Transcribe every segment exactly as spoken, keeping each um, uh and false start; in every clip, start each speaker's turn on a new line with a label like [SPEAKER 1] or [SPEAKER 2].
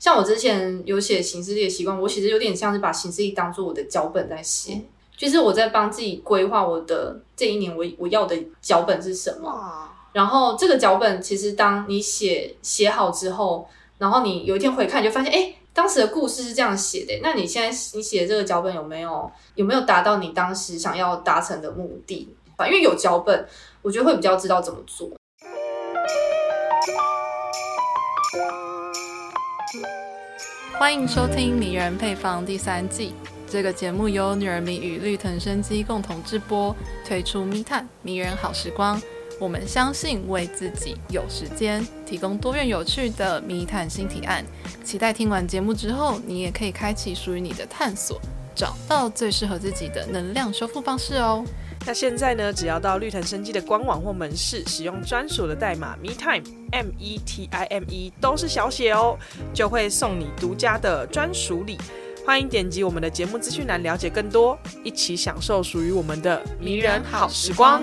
[SPEAKER 1] 像我之前有写行事历的习惯，我其实有点像是把行事历当作我的脚本在写，嗯、就是我在帮自己规划我的这一年我我要的脚本是什么。然后这个脚本其实当你写写好之后，然后你有一天回看，你就发现，哎，当时的故事是这样写的。那你现在你写的这个脚本有没有有没有达到你当时想要达成的目的？因为有脚本，我觉得会比较知道怎么做。
[SPEAKER 2] 欢迎收听《迷人配方》第三季。这个节目由女人迷与绿藤生机共同制播，推出密探迷人好时光。我们相信为自己有时间提供多元有趣的密探新提案，期待听完节目之后，你也可以开启属于你的探索，找到最适合自己的能量修复方式哦。
[SPEAKER 3] 那现在呢，只要到绿藤生机的官网或门市，使用专属的代码 MeTime M E T I M E 都是小写哦，就会送你独家的专属礼。欢迎点击我们的节目资讯栏了解更多，一起享受属于我们的迷人好时光。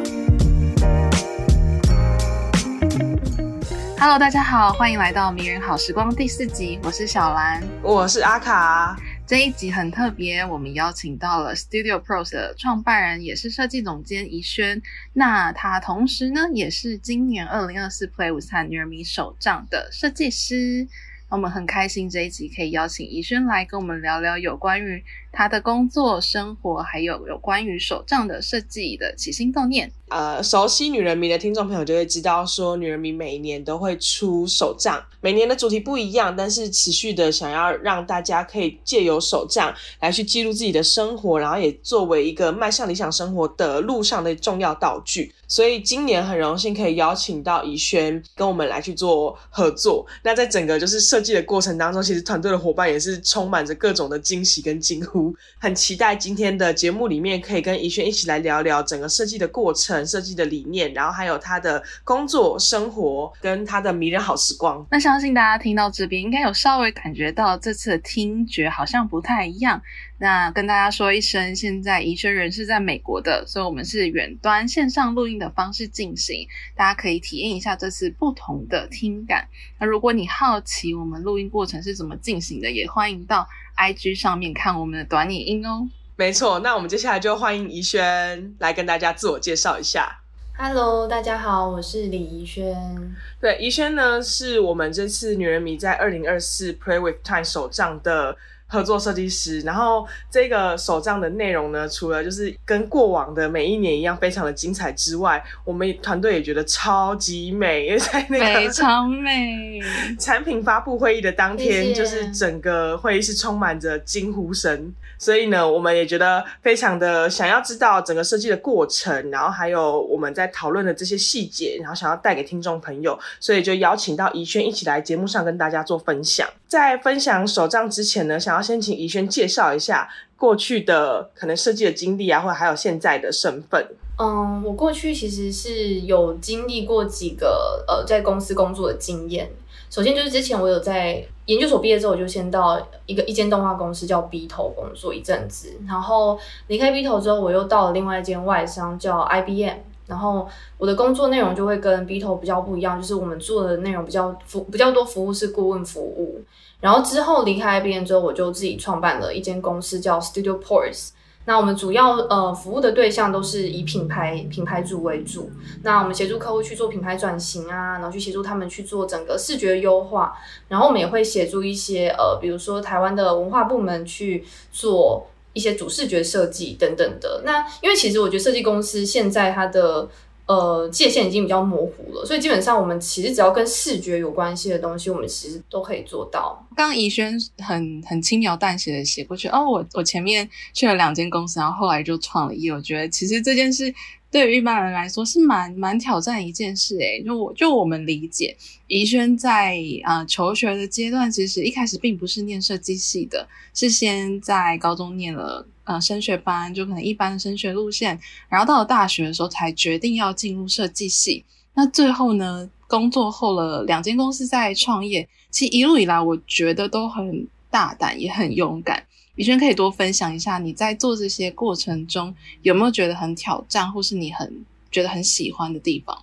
[SPEAKER 2] Hello， 大家好，欢迎来到《迷人好时光》第四集，我是小兰，
[SPEAKER 3] 我是阿卡。
[SPEAKER 2] 这一集很特别，我们邀请到了 Studio Pros 的创办人，也是设计总监怡萱。那他同时呢，也是今年二零二四 Play with 和女人迷手账的设计师。我们很开心这一集可以邀请怡萱来跟我们聊聊有关于她的工作、生活，还有有关于手账的设计的起心动念。
[SPEAKER 3] 呃，熟悉女人迷的听众朋友就会知道说，女人迷每一年都会出手账，每年的主题不一样，但是持续的想要让大家可以借由手账来去记录自己的生活，然后也作为一个迈向理想生活的路上的重要道具。所以今年很荣幸可以邀请到怡萱跟我们来去做合作。那在整个就是设计的过程当中，其实团队的伙伴也是充满着各种的惊喜跟惊呼，很期待今天的节目里面可以跟怡萱一起来聊聊整个设计的过程、设计的理念，然后还有她的工作生活跟她的迷人好时光。
[SPEAKER 2] 那相信大家听到这边应该有稍微感觉到这次的听觉好像不太一样。那跟大家说一声，现在怡萱人是在美国的，所以我们是远端线上录音的方式进行，大家可以体验一下这次不同的听感。那如果你好奇我们录音过程是怎么进行的，也欢迎到 I G 上面看我们的短影音哦。
[SPEAKER 3] 没错，那我们接下来就欢迎怡萱来跟大家自我介绍一下。
[SPEAKER 1] Hello， 大家好，我是李怡萱。
[SPEAKER 3] 对，怡萱呢是我们这次女人迷在二零二四 Play with Time 手账的合作设计师，然后这个手账的内容呢，除了就是跟过往的每一年一样非常的精彩之外，我们团队也觉得超级美，因为在那个
[SPEAKER 2] 非常美
[SPEAKER 3] 产品发布会议的当天，
[SPEAKER 1] 谢谢，
[SPEAKER 3] 就是整个会议室充满着惊呼声，所以呢我们也觉得非常的想要知道整个设计的过程，然后还有我们在讨论的这些细节，然后想要带给听众朋友，所以就邀请到怡萱一起来节目上跟大家做分享。在分享手账之前呢，想要先请怡萱介绍一下过去的可能设计的经历啊，或者还有现在的身份。
[SPEAKER 1] 嗯，我过去其实是有经历过几个呃在公司工作的经验。首先就是之前我有在研究所毕业之后，我就先到一个一间动画公司叫 B 头工作一阵子，然后离开 B 头之后，我又到了另外一间外商叫 I B M。然后我的工作内容就会跟 B 头比较不一样，就是我们做的内容比较服比较多服务是顾问服务。然后之后离开 I B M 之后，我就自己创办了一间公司叫 Studio Pros。那我们主要呃服务的对象都是以品牌品牌主为主。那我们协助客户去做品牌转型啊，然后去协助他们去做整个视觉优化。然后我们也会协助一些呃比如说台湾的文化部门去做一些主视觉设计等等的。那因为其实我觉得设计公司现在它的呃界限已经比较模糊了，所以基本上我们其实只要跟视觉有关系的东西，我们其实都可以做到。
[SPEAKER 2] 刚刚怡萱很很轻描淡写的写过去，哦，我我前面去了两间公司，然后后来就创了业。我觉得其实这件事对于一般人来说是蛮蛮挑战一件事诶。就我就我们理解，怡萱在呃求学的阶段，其实一开始并不是念设计系的，是先在高中念了呃升学班，就可能一般的升学路线，然后到了大学的时候才决定要进入设计系。那最后呢，工作后了两间公司在创业，其实一路以来我觉得都很大胆，也很勇敢。怡萱可以多分享一下你在做这些过程中有没有觉得很挑战，或是你很觉得很喜欢的地方吗？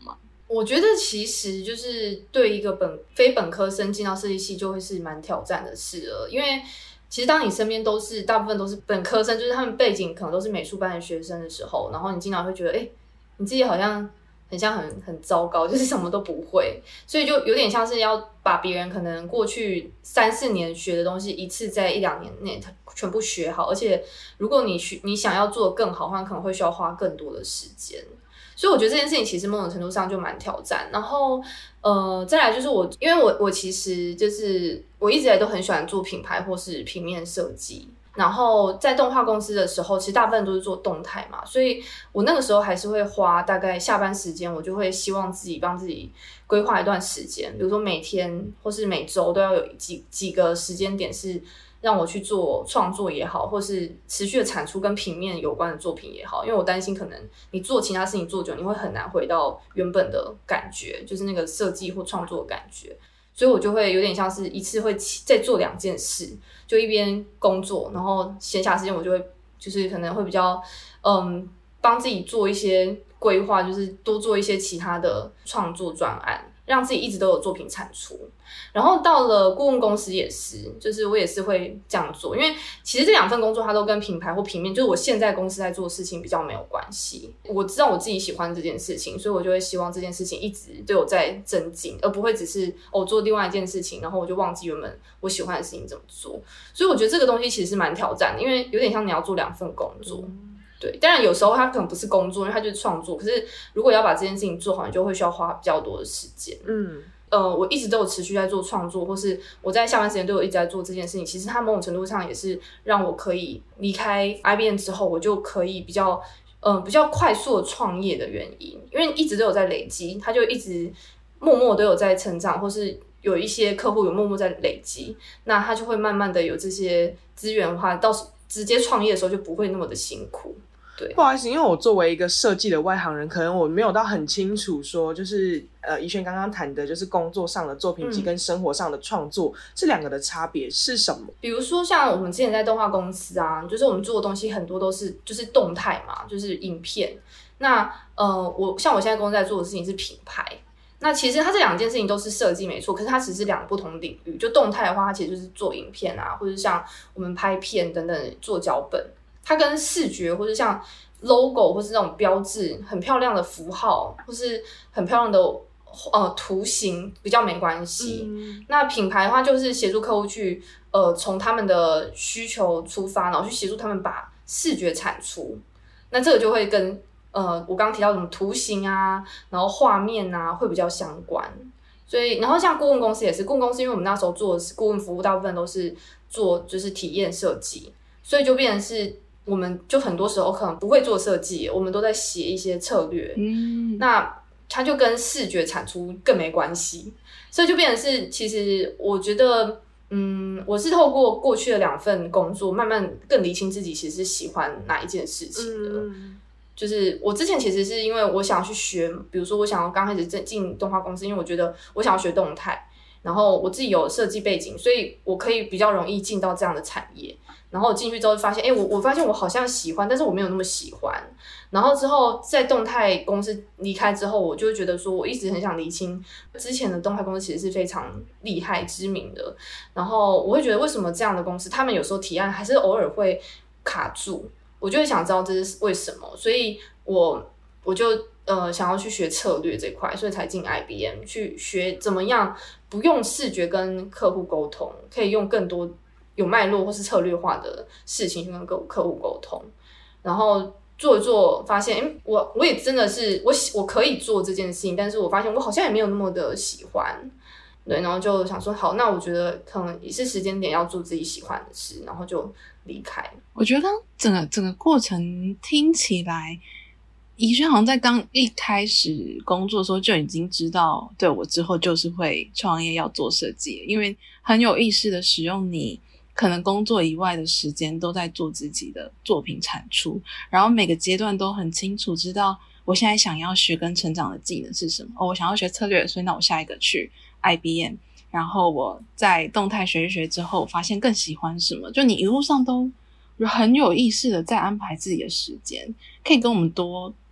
[SPEAKER 1] 我觉得其实就是对一个本非本科生进到设计系就会是蛮挑战的事了，因为其实当你身边都是大部分都是本科生，就是他们背景可能都是美术班的学生的时候，然后你经常会觉得，哎，你自己好像很像很很糟糕，就是什么都不会，所以就有点像是要把别人可能过去三四年学的东西，一次在一两年内全部学好，而且如果你学你想要做得更好的话，可能会需要花更多的时间。所以我觉得这件事情其实某种程度上就蛮挑战。然后呃，再来就是我，因为我我其实就是我一直以来都很喜欢做品牌或是平面设计。然后在动画公司的时候，其实大部分都是做动态嘛，所以我那个时候还是会花大概下班时间，我就会希望自己帮自己规划一段时间，比如说每天或是每周都要有几几个时间点是让我去做创作也好，或是持续的产出跟平面有关的作品也好，因为我担心可能你做其他事情做久，你会很难回到原本的感觉，就是那个设计或创作的感觉。所以我就会有点像是一次会再做两件事，就一边工作，然后闲暇时间我就会就是可能会比较嗯帮自己做一些规划，就是多做一些其他的创作专案，让自己一直都有作品产出。然后到了顾问公司也是，就是我也是会这样做，因为其实这两份工作它都跟品牌或平面，就是我现在公司在做的事情比较没有关系。我知道我自己喜欢这件事情，所以我就会希望这件事情一直都有在增进，而不会只是哦做另外一件事情，然后我就忘记原本我喜欢的事情怎么做。所以我觉得这个东西其实是蛮挑战的，因为有点像你要做两份工作。嗯，对，当然有时候它可能不是工作，因为它就是创作。可是如果要把这件事情做好，你就会需要花比较多的时间。嗯，呃，我一直都有持续在做创作，或是我在下班时间都有一直在做这件事情。其实它某种程度上也是让我可以离开 I B M 之后，我就可以比较，呃，比较快速的创业的原因。因为一直都有在累积，它就一直默默都有在成长，或是有一些客户有默默在累积，那它就会慢慢的有这些资源的话，到时直接创业的时候就不会那么的辛苦。对，
[SPEAKER 3] 不好意思，因为我作为一个设计的外行人，可能我没有到很清楚说，就是呃，怡萱刚刚谈的，就是工作上的作品集跟生活上的创作、嗯、这两个的差别是什么？
[SPEAKER 1] 比如说像我们之前在动画公司啊，就是我们做的东西很多都是就是动态嘛，就是影片。那呃，我像我现在公司在做的事情是品牌。那其实它这两件事情都是设计没错，可是它只是两个不同领域。就动态的话，它其实就是做影片啊，或者像我们拍片等等做脚本。它跟视觉或是像 logo 或是那种标志很漂亮的符号或是很漂亮的呃图形比较没关系、嗯、那品牌的话就是协助客户去呃从他们的需求出发，然后去协助他们把视觉产出，那这个就会跟呃我刚刚提到什么图形啊然后画面啊会比较相关。所以然后像顾问公司也是，顾问公司因为我们那时候做的是顾问服务，大部分都是做就是体验设计，所以就变成是我们就很多时候可能不会做设计，我们都在写一些策略、嗯、那它就跟视觉产出更没关系，所以就变成是其实我觉得嗯，我是透过过去的两份工作慢慢更厘清自己其实是喜欢哪一件事情的、嗯、就是我之前其实是因为我想要去学，比如说我想要刚开始进动画公司，因为我觉得我想要学动态，然后我自己有设计背景，所以我可以比较容易进到这样的产业。然后进去之后就发现，哎，我我发现我好像喜欢，但是我没有那么喜欢。然后之后在动态公司离开之后，我就会觉得说，我一直很想厘清之前的动态公司其实是非常厉害知名的。然后我会觉得为什么这样的公司，他们有时候提案还是偶尔会卡住，我就会想知道这是为什么。所以我我就呃想要去学策略这块，所以才进 I B M 去学怎么样不用视觉跟客户沟通，可以用更多有脉络或是策略化的事情去跟客户沟通，然后做一做发现，诶我我也真的是我我可以做这件事情，但是我发现我好像也没有那么的喜欢，对，然后就想说好，那我觉得可能也是时间点要做自己喜欢的事，然后就离开。
[SPEAKER 2] 我觉得刚整个整个过程听起来，怡萱好像在刚一开始工作的时候就已经知道，对，我之后就是会创业要做设计，因为很有意识的使用你可能工作以外的时间都在做自己的作品产出，然后每个阶段都很清楚知道我现在想要学跟成长的技能是什么。哦，我想要学策略，所以那我下一个去 I B M， 然后我在动态学一学之后发现更喜欢什么，就你一路上都很有意识的在安排自己的时间。可以跟我们多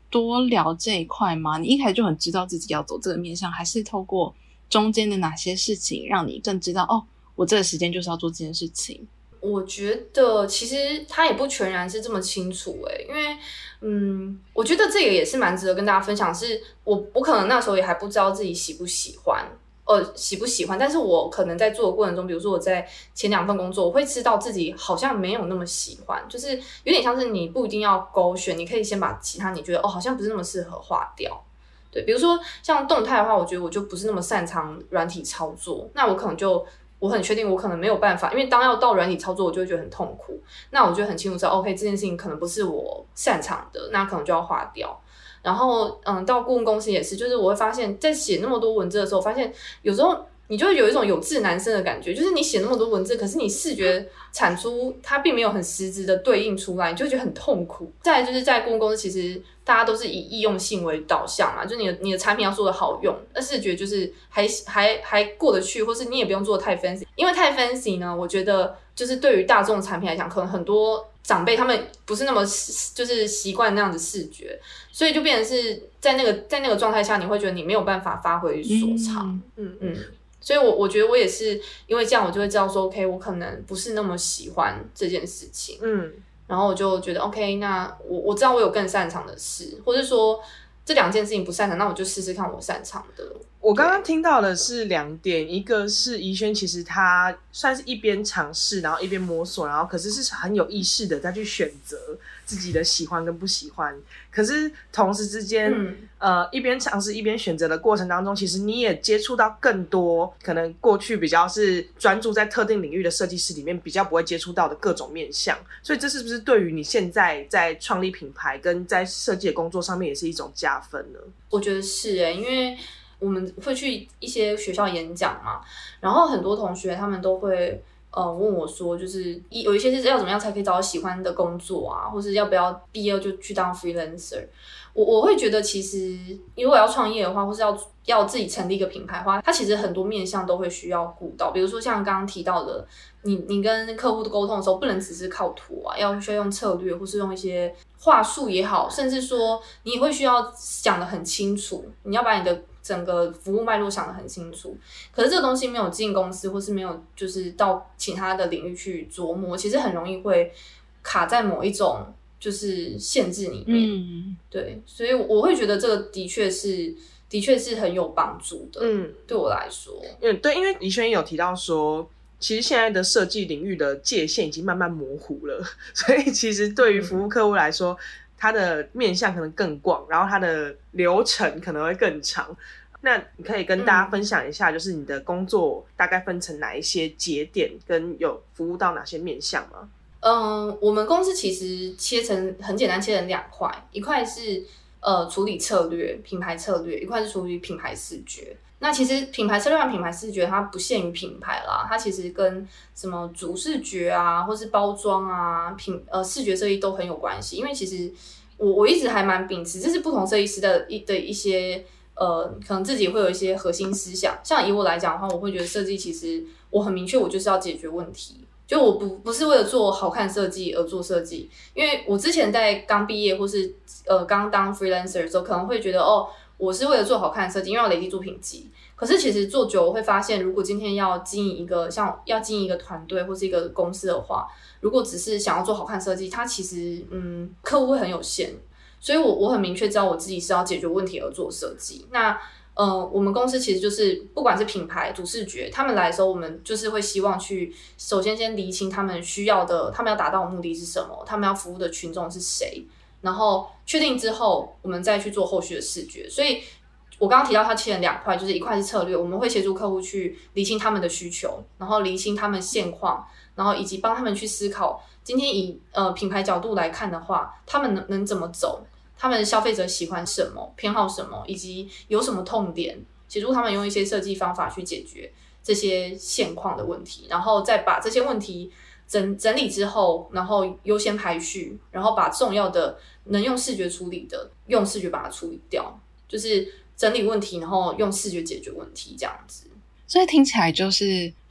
[SPEAKER 2] 多聊这一块吗？你一开始就很知道自己要走这个面向，还是透过中间的哪些事情让你更知道哦，我这个时间就是要做这件事情？
[SPEAKER 1] 我觉得其实他也不全然是这么清楚诶、欸，因为嗯，我觉得这个也是蛮值得跟大家分享，是我我可能那时候也还不知道自己喜不喜欢，呃，喜不喜欢，但是我可能在做的过程中，比如说我在前两份工作，我会知道自己好像没有那么喜欢，就是有点像是你不一定要勾选，你可以先把其他你觉得哦好像不是那么适合划掉。对，比如说像动态的话，我觉得我就不是那么擅长软体操作，那我可能就我很确定我可能没有办法，因为当要到软体操作，我就会觉得很痛苦。那我就很清楚知道 ，OK， 这件事情可能不是我擅长的，那可能就要划掉。然后，嗯，到顾问公司也是，就是我会发现，在写那么多文字的时候，发现有时候你就会有一种有志难伸的感觉，就是你写那么多文字，可是你视觉产出它并没有很实质的对应出来，你就会觉得很痛苦。再来就是在顾问公司，其实大家都是以易用性为导向嘛，就是你的你的产品要做的好用，那视觉就是还还还过得去，或是你也不用做的太 fancy， 因为太 fancy 呢，我觉得就是对于大众产品来讲，可能很多长辈他们不是那么就是习惯那样的视觉，所以就变成是在那个在那个状态下，你会觉得你没有办法发挥所长，嗯嗯。所以我，我我觉得我也是因为这样，我就会知道说 ，OK， 我可能不是那么喜欢这件事情，嗯，然后我就觉得 OK， 那我我知道我有更擅长的事，或者说这两件事情不擅长，那我就试试看我擅长的。
[SPEAKER 3] 我刚刚听到的是两点，一个是宜萱，其实他算是一边尝试，然后一边摸索，然后可是是很有意识的再去选择自己的喜欢跟不喜欢。可是同时之间，嗯、呃，一边尝试一边选择的过程当中，其实你也接触到更多可能过去比较是专注在特定领域的设计师里面比较不会接触到的各种面向。所以这是不是对于你现在在创立品牌跟在设计的工作上面也是一种加分呢？
[SPEAKER 1] 我觉得是耶、欸，因为我们会去一些学校演讲嘛，然后很多同学他们都会呃问我说，就是有一些是要怎么样才可以找到喜欢的工作啊，或是要不要毕业就去当 freelancer。我我会觉得其实如果要创业的话，或是要要自己成立一个品牌的话，它其实很多面向都会需要顾到，比如说像刚刚提到的，你你跟客户的沟通的时候，不能只是靠图啊，要需要用策略，或是用一些话术也好，甚至说你也会需要讲得很清楚，你要把你的整个服务脉络想得很清楚。可是这个东西没有进公司，或是没有就是到其他的领域去琢磨，其实很容易会卡在某一种就是限制里面。嗯，对，所以我会觉得这个的确是的确是很有帮助的。嗯，对我来说，
[SPEAKER 3] 嗯，对，因为宜萱有提到说，其实现在的设计领域的界限已经慢慢模糊了，所以其实对于服务客户来说，嗯，它的面向可能更广，然后它的流程可能会更长。那你可以跟大家分享一下，就是你的工作大概分成哪一些节点，跟有服务到哪些面向吗？
[SPEAKER 1] 嗯，我们公司其实切成很简单，切成两块，一块是呃处理策略、品牌策略，一块是处理品牌视觉。那其实品牌策略和品牌视觉它不限于品牌啦，它其实跟什么主视觉啊，或是包装啊、品呃视觉设计都很有关系。因为其实我我一直还蛮秉持，这是不同设计师的一的一些呃，可能自己会有一些核心思想。像以我来讲的话，我会觉得设计其实我很明确，我就是要解决问题。就我不不是为了做好看设计而做设计，因为我之前在刚毕业或是呃刚当 freelancer 的时候，可能会觉得哦，我是为了做好看设计，因为要累积作品集。可是其实做久，我会发现，如果今天要经营一个像要经营一个团队或是一个公司的话，如果只是想要做好看设计，它其实嗯客户会很有限。所以我我很明确知道我自己是要解决问题而做设计。那呃，我们公司其实就是不管是品牌、主视觉，他们来的时候，我们就是会希望去首先先厘清他们需要的，他们要达到的目的是什么，他们要服务的群众是谁，然后确定之后，我们再去做后续的视觉。所以我刚刚提到它切成两块，就是一块是策略，我们会协助客户去厘清他们的需求，然后厘清他们现况，然后以及帮他们去思考，今天以呃品牌角度来看的话，他们能能怎么走。他们消费者喜欢什么，偏好什么，以及有什么痛点，协助他们用一些设计方法去解决这些现况的问题，然后再把这些问题整整理之后，然后优先排序，然后把重要的能用视觉处理的，用视觉把它处理掉，就是整理问题，然后用视觉解决问题这样子。
[SPEAKER 2] 所以听起来就是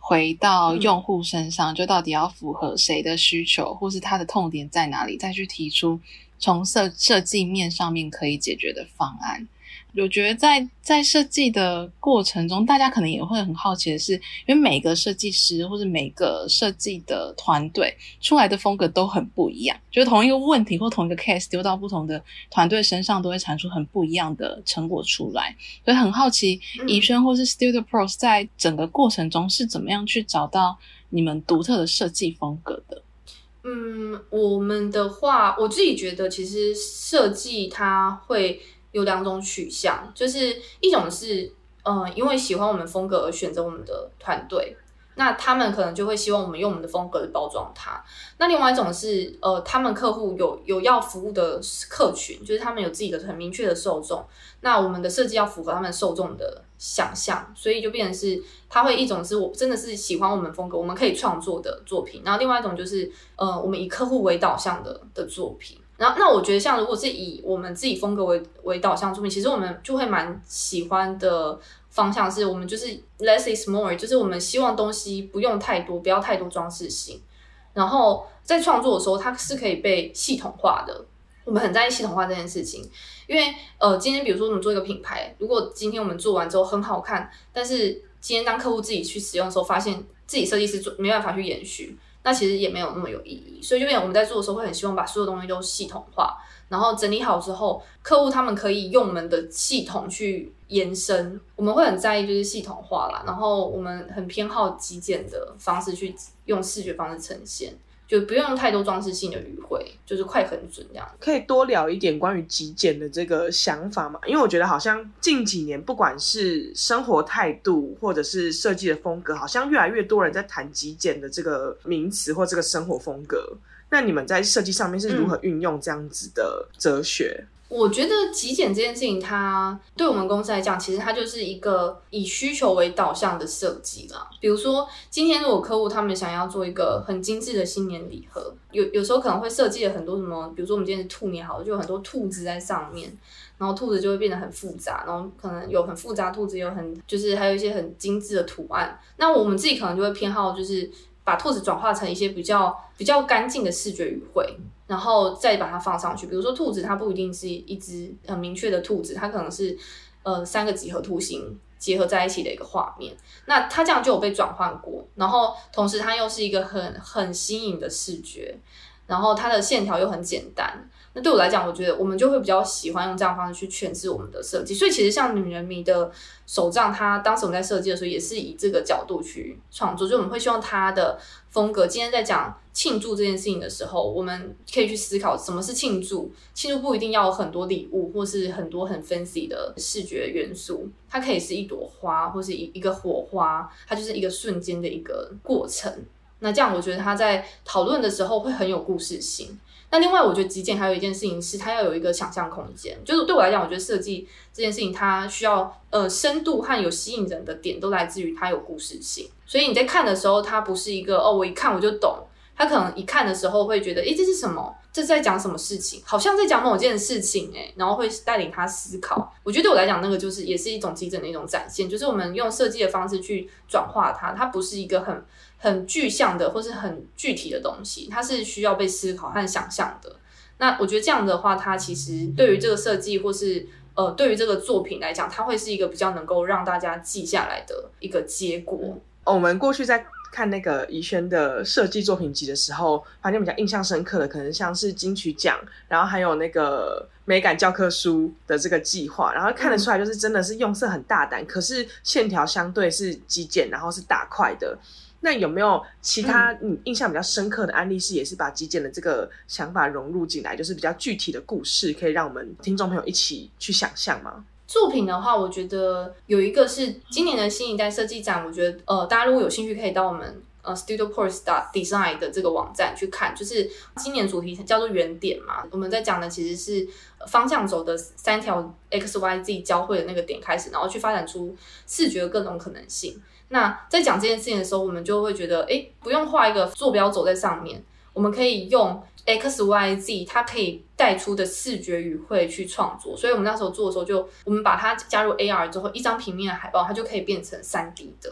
[SPEAKER 2] 回到用户身上，嗯、就到底要符合谁的需求，或是他的痛点在哪里，再去提出从设设计面上面可以解决的方案。我觉得在在设计的过程中，大家可能也会很好奇的是，因为每个设计师或是每个设计的团队出来的风格都很不一样，就是同一个问题或同一个 case 丢到不同的团队身上，都会产出很不一样的成果出来。所以很好奇宜萱或是 Studio Pros 在整个过程中是怎么样去找到你们独特的设计风格的。
[SPEAKER 1] 嗯，我们的话，我自己觉得其实设计它会有两种取向，就是一种是呃，因为喜欢我们风格而选择我们的团队，那他们可能就会希望我们用我们的风格去包装它。那另外一种是呃，他们客户有有要服务的客群，就是他们有自己的很明确的受众，那我们的设计要符合他们受众的想象，所以就变成是他会一种是我真的是喜欢我们风格，我们可以创作的作品，然后另外一种就是呃，我们以客户为导向的的作品。然后，那我觉得像如果是以我们自己风格为为导向作品，其实我们就会蛮喜欢的方向是，我们就是 less is more， 就是我们希望东西不用太多，不要太多装饰性。然后在创作的时候，它是可以被系统化的。我们很在意系统化这件事情，因为呃，今天比如说我们做一个品牌，如果今天我们做完之后很好看，但是今天当客户自己去使用的时候，发现自己设计师做没办法去延续。那其实也没有那么有意义，所以就变成我们在做的时候会很希望把所有东西都系统化，然后整理好之后，客户他们可以用我们的系统去延伸。我们会很在意就是系统化啦，然后我们很偏好极简的方式去用视觉方式呈现，就不用太多装饰性的语汇，就是快很准这样。
[SPEAKER 3] 可以多聊一点关于极简的这个想法吗？因为我觉得好像近几年不管是生活态度或者是设计的风格，好像越来越多人在谈极简的这个名词或这个生活风格。那你们在设计上面是如何运用这样子的哲学？
[SPEAKER 1] 嗯，我觉得极简这件事情，它对我们公司来讲，其实它就是一个以需求为导向的设计啦。比如说，今天如果客户他们想要做一个很精致的新年礼盒，有有时候可能会设计了很多什么，比如说我们今天是兔年好了，就有很多兔子在上面，然后兔子就会变得很复杂，然后可能有很复杂兔子，有很就是还有一些很精致的图案。那我们自己可能就会偏好就是把兔子转化成一些比较比较干净的视觉语汇，然后再把它放上去。比如说兔子它不一定是一只很明确的兔子，它可能是呃三个几何图形结合在一起的一个画面，那它这样就有被转换过，然后同时它又是一个很很新颖的视觉，然后它的线条又很简单。那对我来讲，我觉得我们就会比较喜欢用这样的方式去诠释我们的设计。所以其实像女人迷的手账，它当时我们在设计的时候也是以这个角度去创作，就我们会希望它的风格，今天在讲庆祝这件事情的时候，我们可以去思考什么是庆祝。庆祝不一定要有很多礼物或是很多很 fancy 的视觉元素，它可以是一朵花或是一个火花，它就是一个瞬间的一个过程。那这样我觉得它在讨论的时候会很有故事性。那另外我觉得极简还有一件事情是它要有一个想象空间，就是对我来讲，我觉得设计这件事情它需要呃深度和有吸引人的点都来自于它有故事性。所以你在看的时候，它不是一个哦我一看我就懂，他可能一看的时候会觉得诶这是什么，这是在讲什么事情，好像在讲某件事情诶，然后会带领他思考。我觉得对我来讲那个就是也是一种极简的一种展现，就是我们用设计的方式去转化它，它不是一个很很具象的或是很具体的东西，它是需要被思考和想象的。那我觉得这样的话，它其实对于这个设计或是呃对于这个作品来讲，它会是一个比较能够让大家记下来的一个结果。
[SPEAKER 3] 我们过去在看那个宜萱的设计作品集的时候，发现比较印象深刻的可能像是金曲奖，然后还有那个美感教科书的这个计划，然后看得出来就是真的是用色很大胆，可是线条相对是极简，然后是大块的。那有没有其他你印象比较深刻的案例是也是把极简的这个想法融入进来，就是比较具体的故事，可以让我们听众朋友一起去想象吗？
[SPEAKER 1] 作品的话，我觉得有一个是今年的新一代设计展，我觉得呃，大家如果有兴趣可以到我们呃 Studio Pros Design 的这个网站去看，就是今年主题叫做原点嘛，我们在讲的其实是方向轴的三条 X Y Z 交汇的那个点开始，然后去发展出视觉各种可能性。那在讲这件事情的时候，我们就会觉得诶不用画一个坐标轴在上面，我们可以用 X Y Z 它可以带出的视觉语汇去创作。所以我们那时候做的时候就我们把它加入 A R 之后，一张平面的海报它就可以变成 三 D 的，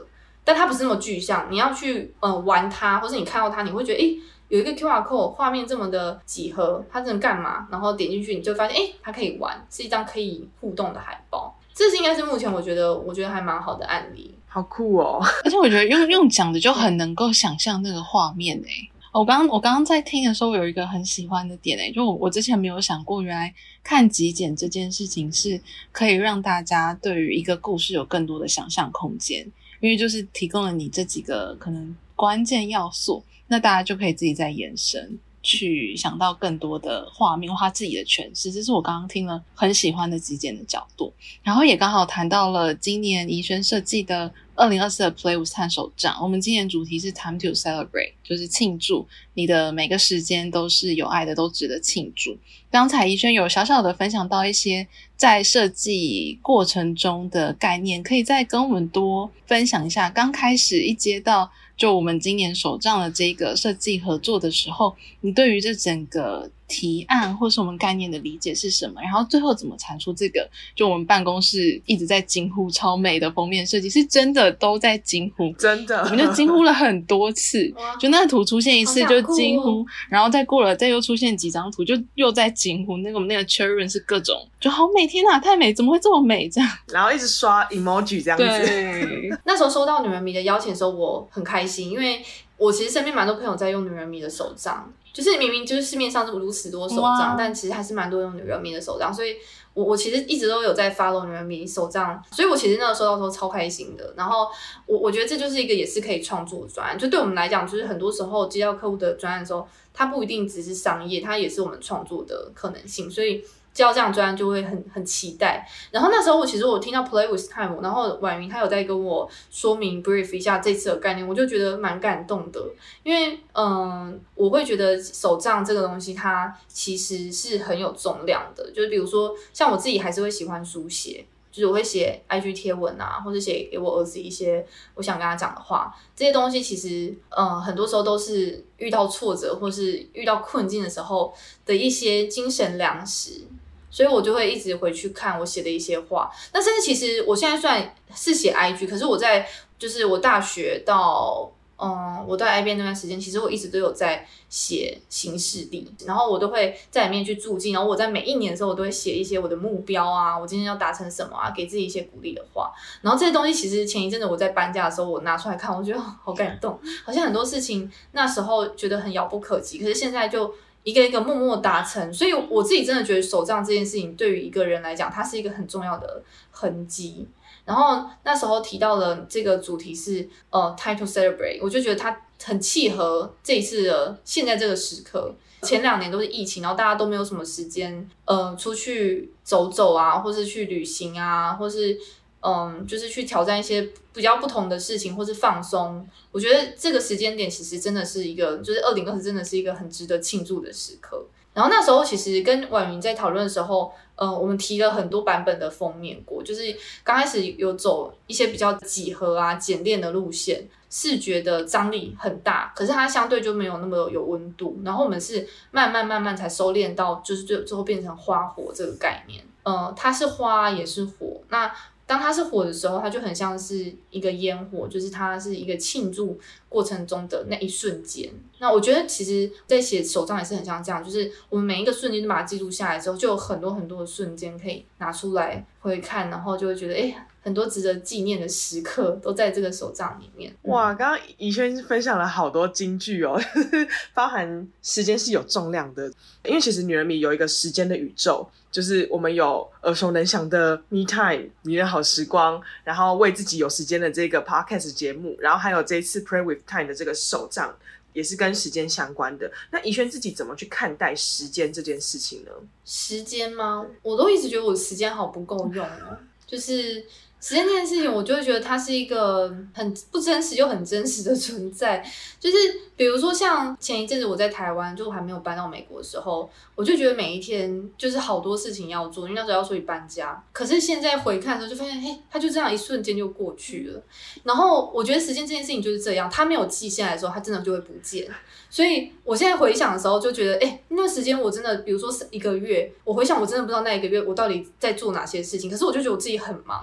[SPEAKER 1] 但它不是那么具象，你要去呃玩它，或是你看到它，你会觉得诶有一个 Q R code 画面这么的几何，它能干嘛？然后点进去你就发现，诶它可以玩，是一张可以互动的海报。这是应该是目前我觉得我觉得还蛮好的案例。
[SPEAKER 3] 好酷哦！
[SPEAKER 2] 而且我觉得用用讲的就很能够想象那个画面诶、欸。我刚刚我刚刚在听的时候，我有一个很喜欢的点诶、欸，就我我之前没有想过，原来看极简这件事情是可以让大家对于一个故事有更多的想象空间，因为就是提供了你这几个可能关键要素，那大家就可以自己再延伸。去想到更多的画面或他自己的诠释，这是我刚刚听了很喜欢的极简的角度。然后也刚好谈到了今年宜萱设计的二零二四的 Play with Time 手账，我们今年主题是 Time to Celebrate， 就是庆祝你的每个时间都是有爱的，都值得庆祝。刚才宜萱有小小的分享到一些在设计过程中的概念，可以再跟我们多分享一下。刚开始一接到就我们今年手账的这个设计合作的时候，你对于这整个提案或是我们概念的理解是什么？然后最后怎么产出这个？就我们办公室一直在惊呼超美的封面设计，是真的都在惊呼，
[SPEAKER 3] 真的，
[SPEAKER 2] 我们就惊呼了很多次。就那个图出现一次就惊呼，哦、然后再过了再又出现几张图，就又在惊呼。那个我们那个 children 是各种就好美，天哪，太美，怎么会这么美？这样，
[SPEAKER 3] 然后一直刷 emoji 这样子。
[SPEAKER 2] 对，
[SPEAKER 1] 那时候收到女人迷的邀请的时候，我很开心，因为我其实身边蛮多朋友在用女人迷的手账。就是明明就是市面上这么如此多手账，但其实还是蛮多用女人迷的手账，所以我我其实一直都有在 follow 女人迷手账，所以我其实那个收到的时候超开心的。然后我我觉得这就是一个也是可以创作的专案，就对我们来讲，就是很多时候接到客户的专案的时候，它不一定只是商业，它也是我们创作的可能性，所以接到这样的专案就会很很期待。然后那时候我其实我听到 Play with Time， 然后婉云她有在跟我说明 brief 一下这次的概念，我就觉得蛮感动的，因为嗯，我会觉得手账这个东西它其实是很有重量的，就是比如说像我自己还是会喜欢书写。就是我会写 I G 贴文啊，或者写给我儿子一些我想跟他讲的话，这些东西其实呃很多时候都是遇到挫折或是遇到困境的时候的一些精神粮食，所以我就会一直回去看我写的一些话。那甚至其实我现在虽然是写 I G， 可是我在就是我大学到嗯，我在 I B M 那段时间，其实我一直都有在写行事历，然后我都会在里面去注记，然后我在每一年的时候，我都会写一些我的目标啊，我今天要达成什么啊，给自己一些鼓励的话。然后这些东西，其实前一阵子我在搬家的时候，我拿出来看，我觉得好感动，好像很多事情那时候觉得很遥不可及，可是现在就一个一个默默达成。所以我自己真的觉得手账这件事情，对于一个人来讲，它是一个很重要的痕迹。然后那时候提到了这个主题是呃 Time to Celebrate， 我就觉得它很契合这一次的现在这个时刻。前两年都是疫情，然后大家都没有什么时间呃出去走走啊，或是去旅行啊，或是嗯就是去挑战一些比较不同的事情，或是放松。我觉得这个时间点其实真的是一个，就是二零二四真的是一个很值得庆祝的时刻。然后那时候其实跟婉云在讨论的时候，呃，我们提了很多版本的封面过，就是刚开始有走一些比较几何啊、简练的路线，视觉的张力很大，可是它相对就没有那么有温度。然后我们是慢慢慢慢才收敛到，就是最最后变成花火这个概念。呃，它是花也是火，那当它是火的时候，它就很像是一个烟火，就是它是一个庆祝过程中的那一瞬间。那我觉得其实在写手账也是很像这样，就是我们每一个瞬间就把它记录下来之后，就有很多很多的瞬间可以拿出来回看，然后就会觉得哎，很多值得纪念的时刻都在这个手账里面。
[SPEAKER 3] 哇，刚刚宜萱分享了好多金句哦，包含时间是有重量的，因为其实女人迷有一个时间的宇宙，就是我们有耳熟能详的 Me Time 迷人好时光，然后为自己有时间的这个 Podcast 节目，然后还有这一次 Play with Time 的这个手账，也是跟时间相关的。那宜萱自己怎么去看待时间这件事情呢？
[SPEAKER 1] 时间吗？我都一直觉得我的时间好不够用哦，就是时间这件事情，我就会觉得它是一个很不真实又很真实的存在。就是比如说像前一阵子我在台湾，就我还没有搬到美国的时候，我就觉得每一天就是好多事情要做，因为那时候要出去搬家。可是现在回看的时候就发现，嘿，它就这样一瞬间就过去了。然后我觉得时间这件事情就是这样，它没有记下来的时候，它真的就会不见。所以我现在回想的时候就觉得，哎、欸，那段时间我真的，比如说一个月，我回想我真的不知道那一个月我到底在做哪些事情。可是我就觉得我自己很忙，可是因为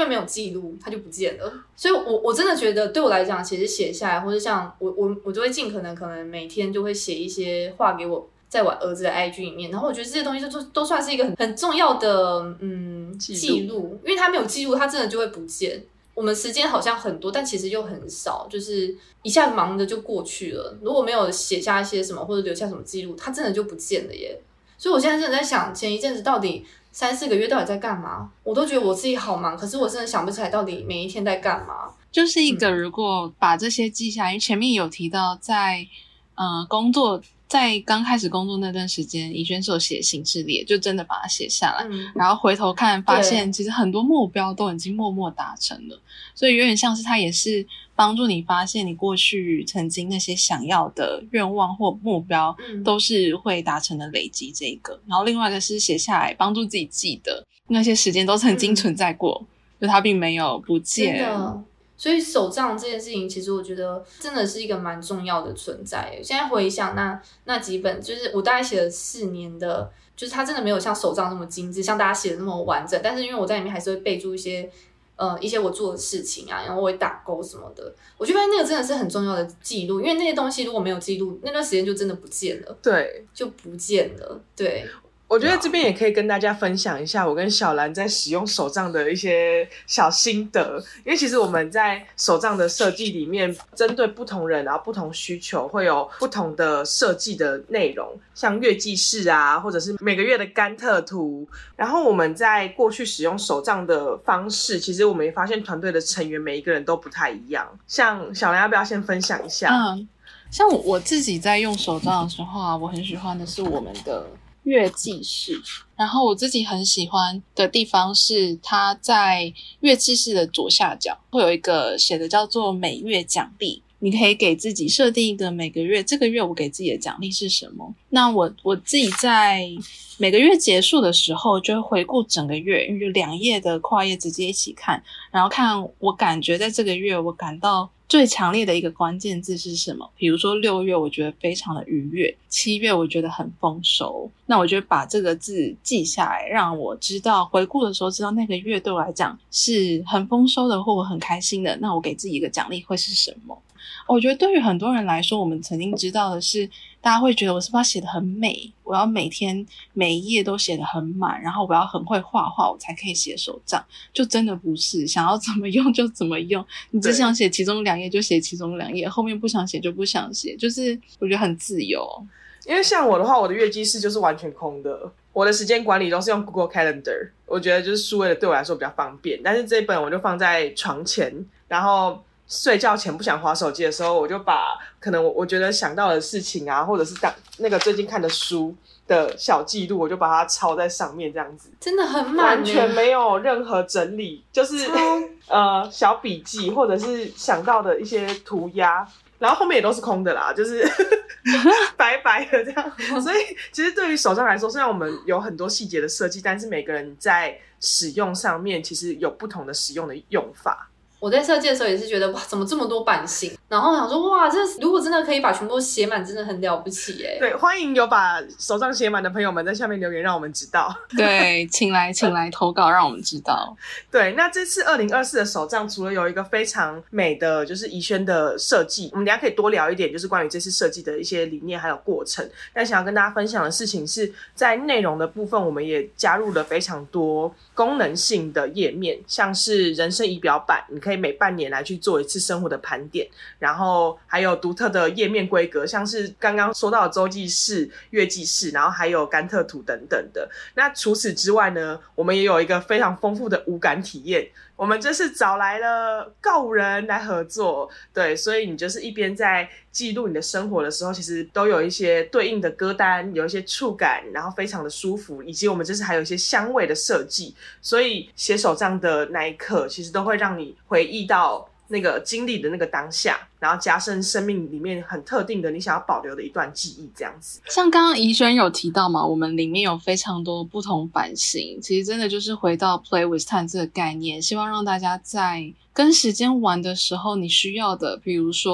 [SPEAKER 1] 为没有记录，它就不见了。所以我我真的觉得对我来讲，其实写下来，或者像我我我就会尽可能可能每天就会写一些话给我在我儿子的 I G 里面，然后我觉得这些东西都都算是一个很很重要的嗯记录，因为他没有记录，他真的就会不见。我们时间好像很多，但其实又很少，就是一下忙的就过去了。如果没有写下一些什么或者留下什么记录，它真的就不见了耶。所以我现在真的在想，前一阵子到底三四个月到底在干嘛？我都觉得我自己好忙，可是我真的想不起来到底每一天在干嘛。
[SPEAKER 2] 就是一个如果把这些记下来，因为前面有提到在呃工作。在刚开始工作那段时间，宜萱是有写行事历，就真的把它写下来、嗯、然后回头看发现其实很多目标都已经默默达成了，所以有点像是它也是帮助你发现你过去曾经那些想要的愿望或目标都是会达成的累积这个、嗯、然后另外一个是写下来帮助自己记得那些时间都曾经存在过、嗯、就它并没有不见。
[SPEAKER 1] 真的，所以手账这件事情，其实我觉得真的是一个蛮重要的存在。现在回想那那几本，就是我大概写了四年的，就是它真的没有像手账那么精致，像大家写的那么完整。但是因为我在里面还是会备注一些呃一些我做的事情啊，然后我会打勾什么的。我觉得那个真的是很重要的记录，因为那些东西如果没有记录，那段时间就真的不见了。
[SPEAKER 3] 对，
[SPEAKER 1] 就不见了。对。
[SPEAKER 3] 我觉得这边也可以跟大家分享一下我跟小兰在使用手账的一些小心得，因为其实我们在手账的设计里面，针对不同人然后不同需求会有不同的设计的内容，像月记式啊，或者是每个月的甘特图。然后我们在过去使用手账的方式，其实我们也发现团队的成员每一个人都不太一样。像小兰要不要先分享一下？
[SPEAKER 2] 嗯，像我我自己在用手账的时候啊，我很喜欢的是我们的月记式，然后我自己很喜欢的地方是它在月记式的左下角会有一个写的叫做每月奖励，你可以给自己设定一个每个月这个月我给自己的奖励是什么。那我我自己在每个月结束的时候就会回顾整个月，因为就两页的跨页直接一起看，然后看我感觉在这个月我感到最强烈的一个关键字是什么。比如说六月我觉得非常的愉悦，七月我觉得很丰收，那我就把这个字记下来，让我知道回顾的时候知道那个月对我来讲是很丰收的或我很开心的，那我给自己一个奖励会是什么。我觉得对于很多人来说，我们曾经知道的是大家会觉得我是不是要写得很美，我要每天每一页都写得很满，然后我要很会画画我才可以写手账，就真的不是想要怎么用就怎么用，你只想写其中两页就写其中两页，后面不想写就不想写，就是我觉得很自由。
[SPEAKER 3] 因为像我的话，我的月记式就是完全空的，我的时间管理都是用 Google Calendar， 我觉得就是数位的对我来说比较方便，但是这一本我就放在床前，然后睡觉前不想滑手机的时候，我就把可能我我觉得想到的事情啊，或者是当那个最近看的书的小记录，我就把它抄在上面，这样子
[SPEAKER 1] 真的很满，
[SPEAKER 3] 完全没有任何整理，就是呃小笔记或者是想到的一些涂鸦，然后后面也都是空的啦，就是白白的这样。所以其实对于手账来说，虽然我们有很多细节的设计，但是每个人在使用上面其实有不同的使用的用法。
[SPEAKER 1] 我在设计的时候也是觉得哇，怎么这么多版型？然后想说哇，这如果真的可以把全部都写满，真的很了不起耶。
[SPEAKER 3] 对，欢迎有把手账写满的朋友们在下面留言，让我们知道。
[SPEAKER 2] 对，请来请来投稿，让我们知道。
[SPEAKER 3] 对，那这次二零二四的手账，除了有一个非常美的，就是宜萱的设计，我们等一下可以多聊一点，就是关于这次设计的一些理念还有过程。但想要跟大家分享的事情是，在内容的部分，我们也加入了非常多功能性的页面，像是人生仪表板，你可以每半年来去做一次生活的盘点，然后还有独特的页面规格，像是刚刚说到的周记式、月记式，然后还有甘特图等等的。那除此之外呢，我们也有一个非常丰富的无感体验，我们这次找来了告五人来合作。对，所以你就是一边在记录你的生活的时候，其实都有一些对应的歌单，有一些触感，然后非常的舒服，以及我们这次还有一些香味的设计，所以写手账的那一刻其实都会让你回忆到那个经历的那个当下，然后加深生命里面很特定的你想要保留的一段记忆，这样子。
[SPEAKER 2] 像刚刚宜萱有提到嘛，我们里面有非常多不同版型，其实真的就是回到 Play with Time 这个概念，希望让大家在跟时间玩的时候，你需要的比如说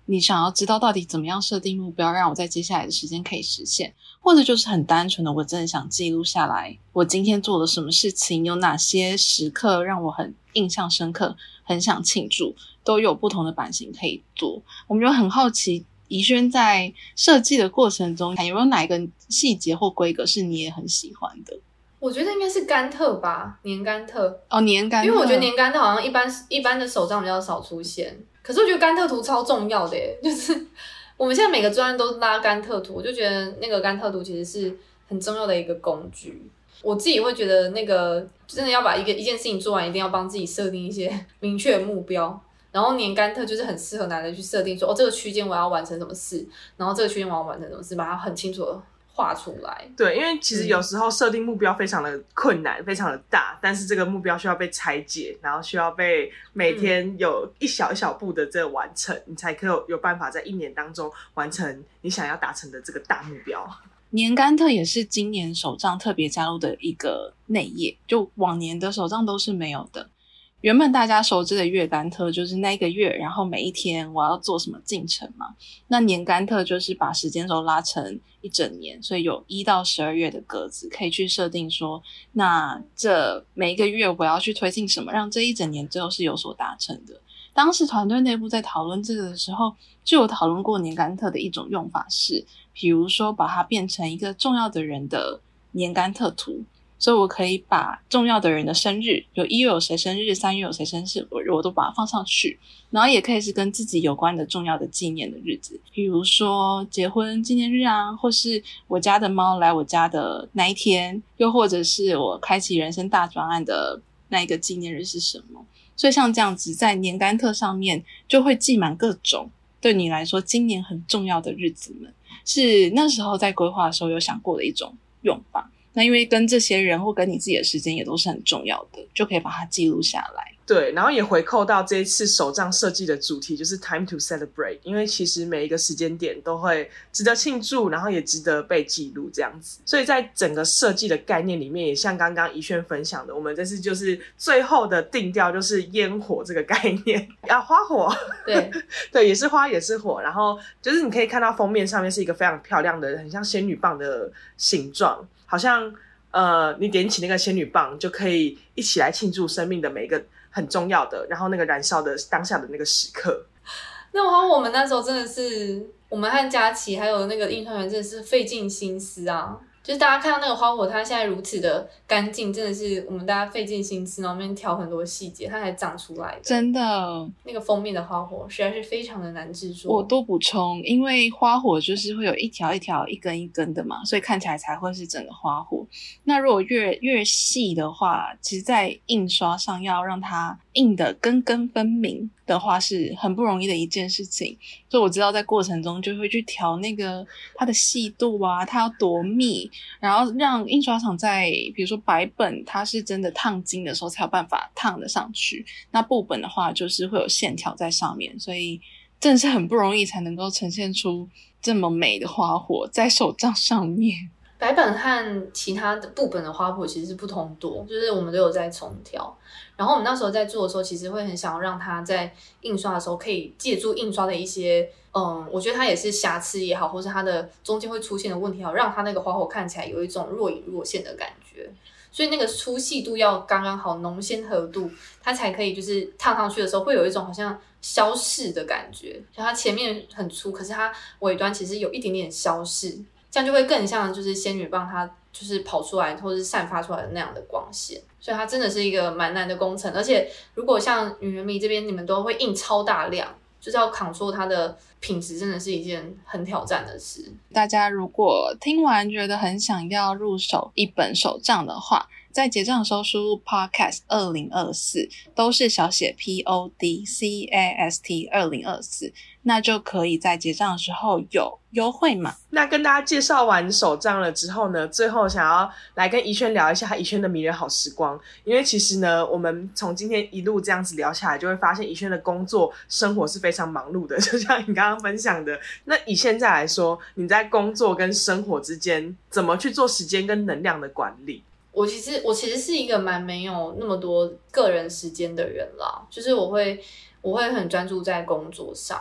[SPEAKER 2] 你想要知道到底怎么样设定目标，让我在接下来的时间可以实现，或者就是很单纯的我真的想记录下来我今天做了什么事情，有哪些时刻让我很印象深刻，很想庆祝，都有不同的版型可以做。我们就很好奇宜萱在设计的过程中有没有哪一个细节或规格是你也很喜欢的？
[SPEAKER 1] 我觉得应该是甘特吧，年甘特。
[SPEAKER 2] 哦，年甘特。
[SPEAKER 1] 因为我觉得年甘特好像一般一般的手账比较少出现，可是我觉得甘特图超重要的耶，就是我们现在每个专案都拉甘特图，我就觉得那个甘特图其实是很重要的一个工具。我自己会觉得那个真的要把一个一件事情做完，一定要帮自己设定一些明确的目标。然后年甘特就是很适合拿来去设定说，哦，这个区间我要完成什么事，然后这个区间我要完成什么事，把它很清楚的画出来。
[SPEAKER 3] 对，因为其实有时候设定目标非常的困难、嗯、非常的大，但是这个目标需要被拆解，然后需要被每天有一小一小步的这个完成、嗯、你才可以 有, 有办法在一年当中完成你想要达成的这个大目标。
[SPEAKER 2] 年甘特也是今年手账特别加入的一个内页，就往年的手账都是没有的。原本大家熟知的月甘特就是那个月，然后每一天我要做什么进程嘛。那年甘特就是把时间轴拉成一整年，所以有一到十二月的格子，可以去设定说，那这每一个月我要去推进什么，让这一整年最后是有所达成的。当时团队内部在讨论这个的时候，就有讨论过年甘特的一种用法是，比如说把它变成一个重要的人的年甘特图。所以我可以把重要的人的生日，有一月有谁生日，三月有谁生日，我我都把它放上去。然后也可以是跟自己有关的重要的纪念的日子，比如说结婚纪念日啊，或是我家的猫来我家的那一天，又或者是我开启人生大专案的那一个纪念日是什么。所以像这样子在年甘特上面就会记满各种对你来说今年很重要的日子们，是那时候在规划的时候有想过的一种用法。那因为跟这些人或跟你自己的时间也都是很重要的，就可以把它记录下来。
[SPEAKER 3] 对，然后也回扣到这一次手账设计的主题，就是 time to celebrate， 因为其实每一个时间点都会值得庆祝，然后也值得被记录这样子。所以在整个设计的概念里面，也像刚刚宜萱分享的，我们这次就是最后的定调就是烟火这个概念啊，花火，
[SPEAKER 1] 对
[SPEAKER 3] 对，也是花也是火，然后就是你可以看到封面上面是一个非常漂亮的很像仙女棒的形状，好像呃，你点起那个仙女棒就可以一起来庆祝生命的每一个很重要的，然后那个燃烧的当下的那个时刻。
[SPEAKER 1] 那好像我们那时候真的是，我们和佳琪还有那个印刷员真的是费尽心思啊，就是大家看到那个花火它现在如此的干净，真的是我们大家费尽心思，然后那边调很多细节，它才长出来的。
[SPEAKER 2] 真的，
[SPEAKER 1] 那个封面的花火实在是非常的难制作。
[SPEAKER 2] 我多补充，因为花火就是会有一条一条一根一根的嘛，所以看起来才会是整个花火。那如果越越细的话，其实在印刷上要让它印的根根分明的话是很不容易的一件事情，所以我知道在过程中就会去调那个它的细度啊，它要多密，然后让印刷厂在比如说白本它是真的烫金的时候才有办法烫得上去，那布本的话就是会有线条在上面，所以真的是很不容易才能够呈现出这么美的花火在手账上面。
[SPEAKER 1] 白本和其他的部本的花圃其实是不同多，就是我们都有在重调。然后我们那时候在做的时候，其实会很想要让它在印刷的时候可以借助印刷的一些，嗯，我觉得它也是瑕疵也好，或是它的中间会出现的问题也好，让它那个花圃看起来有一种若隐若现的感觉。所以那个粗细度要刚刚好，浓鲜合度，它才可以就是烫上去的时候会有一种好像消逝的感觉，就它前面很粗，可是它尾端其实有一点点消逝。这样就会更像就是仙女棒它就是跑出来或是散发出来的那样的光线，所以它真的是一个蛮难的工程。而且如果像女人迷这边你们都会印超大量，就是要 control 它的品质，真的是一件很挑战的事。
[SPEAKER 2] 大家如果听完觉得很想要入手一本手账的话，在结账的时候输入 podcast 二零二四，都是小写 P O D C A S T 二零二四，那就可以在结账的时候有优惠码。
[SPEAKER 3] 那跟大家介绍完手账了之后呢，最后想要来跟宜萱聊一下宜萱的迷人好时光。因为其实呢，我们从今天一路这样子聊下来，就会发现宜萱的工作生活是非常忙碌的，就像你刚刚分享的。那以现在来说，你在工作跟生活之间怎么去做时间跟能量的管理？
[SPEAKER 1] 我其实我其实是一个蛮没有那么多个人时间的人啦，就是我会我会很专注在工作上，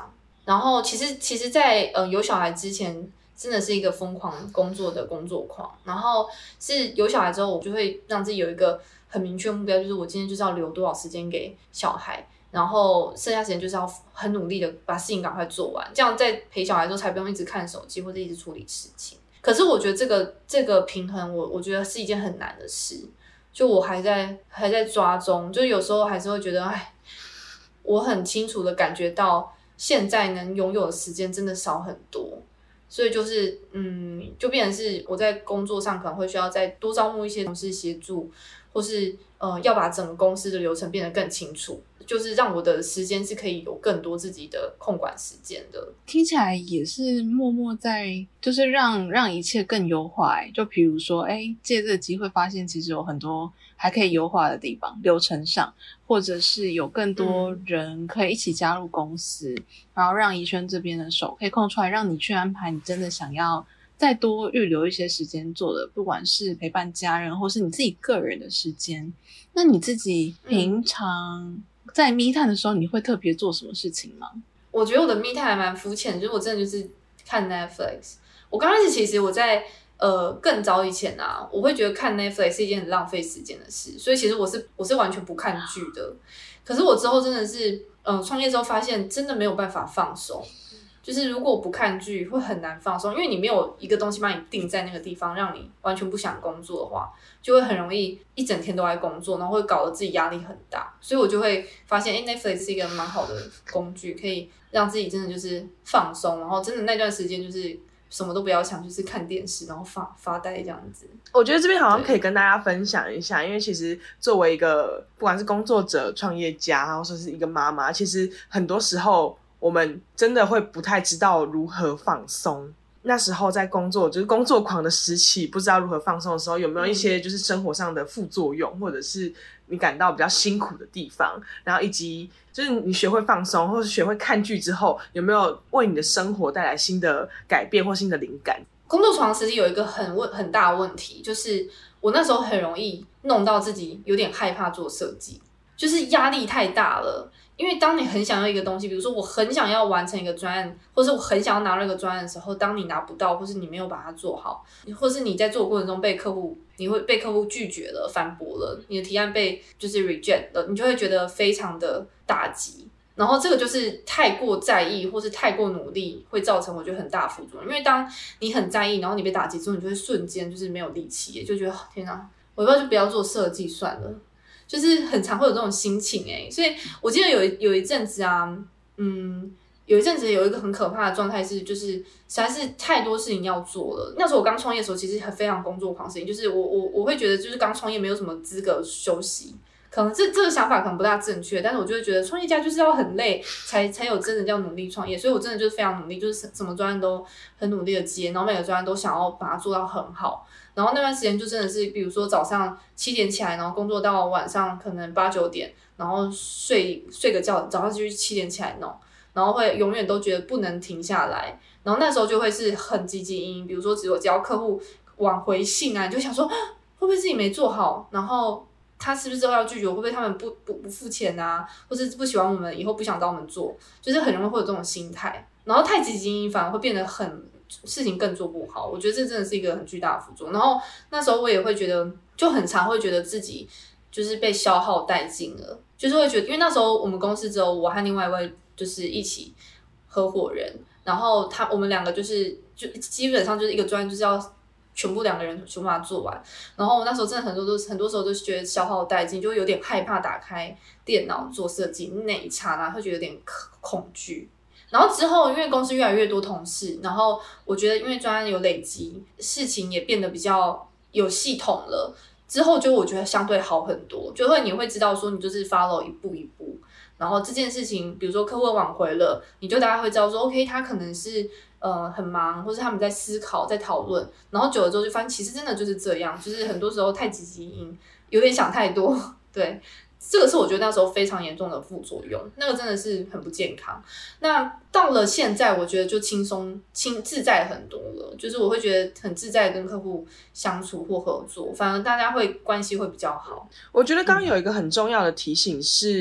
[SPEAKER 1] 然后其实其实在呃有小孩之前真的是一个疯狂工作的工作狂，然后是有小孩之后我就会让自己有一个很明确的目标，就是我今天就是要留多少时间给小孩，然后剩下时间就是要很努力的把事情赶快做完，这样在陪小孩的时候才不用一直看手机或者一直处理事情。可是我觉得这个这个平衡我我觉得是一件很难的事，就我还在还在抓中，就有时候还是会觉得哎，我很清楚的感觉到现在能拥有的时间真的少很多，所以就是嗯，就变成是我在工作上可能会需要再多招募一些同事协助，或是呃要把整个公司的流程变得更清楚，就是让我的时间是可以有更多自己的控管时间的。
[SPEAKER 2] 听起来也是默默在就是让让一切更优化、欸、就比如说哎，借这个机会发现其实有很多还可以优化的地方，流程上或者是有更多人可以一起加入公司、嗯、然后让怡萱这边的手可以空出来，让你去安排你真的想要再多预留一些时间做的，不管是陪伴家人或是你自己个人的时间。那你自己平常在me time的时候你会特别做什么事情吗？
[SPEAKER 1] 我觉得我的me time还蛮肤浅，就是我真的就是看 Netflix。 我刚开始其实我在呃更早以前啊，我会觉得看 Netflix 是一件很浪费时间的事，所以其实我是我是完全不看剧的。可是我之后真的是呃创业之后发现真的没有办法放松，就是如果我不看剧会很难放松，因为你没有一个东西把你定在那个地方让你完全不想工作的话，就会很容易一整天都在工作，然后会搞得自己压力很大。所以我就会发现诶 Netflix 是一个蛮好的工具，可以让自己真的就是放松，然后真的那段时间就是什么都不要想，就是看电视然后发发呆这样子。
[SPEAKER 3] 我觉得这边好像可以跟大家分享一下，因为其实作为一个不管是工作者、创业家或者是一个妈妈，其实很多时候我们真的会不太知道如何放松。那时候在工作就是工作狂的时期，不知道如何放松的时候，有没有一些就是生活上的副作用，或者是你感到比较辛苦的地方，然后以及就是你学会放松或是学会看剧之后，有没有为你的生活带来新的改变或新的灵感？
[SPEAKER 1] 工作狂时期有一个很问很大的问题，就是我那时候很容易弄到自己有点害怕做设计，就是压力太大了。因为当你很想要一个东西，比如说我很想要完成一个专案，或是我很想要拿到一个专案的时候，当你拿不到，或是你没有把它做好，或是你在做的过程中被客户，你会被客户拒绝了、反驳了，你的提案被就是 reject 了，你就会觉得非常的打击。然后这个就是太过在意或是太过努力会造成我觉得很大的副作用。因为当你很在意，然后你被打击之后，你就会瞬间就是没有力气，就觉得天哪，我要不要就不要做设计算了，就是很常会有这种心情欸。所以我记得有有一阵子啊，嗯，有一阵子有一个很可怕的状态是，就是实在是太多事情要做了。那时候我刚创业的时候，其实很非常工作狂，事情就是我我我会觉得，就是刚创业没有什么资格休息。可能这这个想法可能不大正确，但是我就会觉得创业家就是要很累才才有真的叫努力创业，所以我真的就是非常努力，就是什么专案都很努力的接，然后每个专案都想要把它做到很好。然后那段时间就真的是，比如说早上七点起来，然后工作到晚上可能八九点，然后睡睡个觉，早上就七点起来弄，然后会永远都觉得不能停下来。然后那时候就会是很积极营营，比如说只有只要客户晚回信啊，你就想说会不会自己没做好，然后他是不是之后要拒绝我？会不会他们不不不付钱啊？或是不喜欢我们，以后不想找我们做？就是很容易会有这种心态，然后太积极反而会变得很事情更做不好。我觉得这真的是一个很巨大的副作用。然后那时候我也会觉得，就很常会觉得自己就是被消耗殆尽了，就是会觉得，因为那时候我们公司只有我和另外一位就是一起合伙人，然后他我们两个就是就基本上就是一个专案就是要全部两个人全部把它做完，然后我那时候真的很多都很多时候都觉得消耗殆尽，就会有点害怕打开电脑做设计那一刹那，会觉得有点恐惧。然后之后因为公司越来越多同事，然后我觉得因为专案有累积，事情也变得比较有系统了，之后就我觉得相对好很多，就会你会知道说你就是 follow 一步一步，然后这件事情比如说客户挽回了，你就大概会知道说 OK 他可能是呃很忙，或是他们在思考在讨论，然后久了之后就发现其实真的就是这样，就是很多时候太积极营，有点想太多，对，这个是我觉得那时候非常严重的副作用，那个真的是很不健康。那到了现在我觉得就轻松轻自在很多了，就是我会觉得很自在跟客户相处或合作，反而大家会关系会比较好。
[SPEAKER 3] 我觉得刚刚有一个很重要的提醒是、嗯、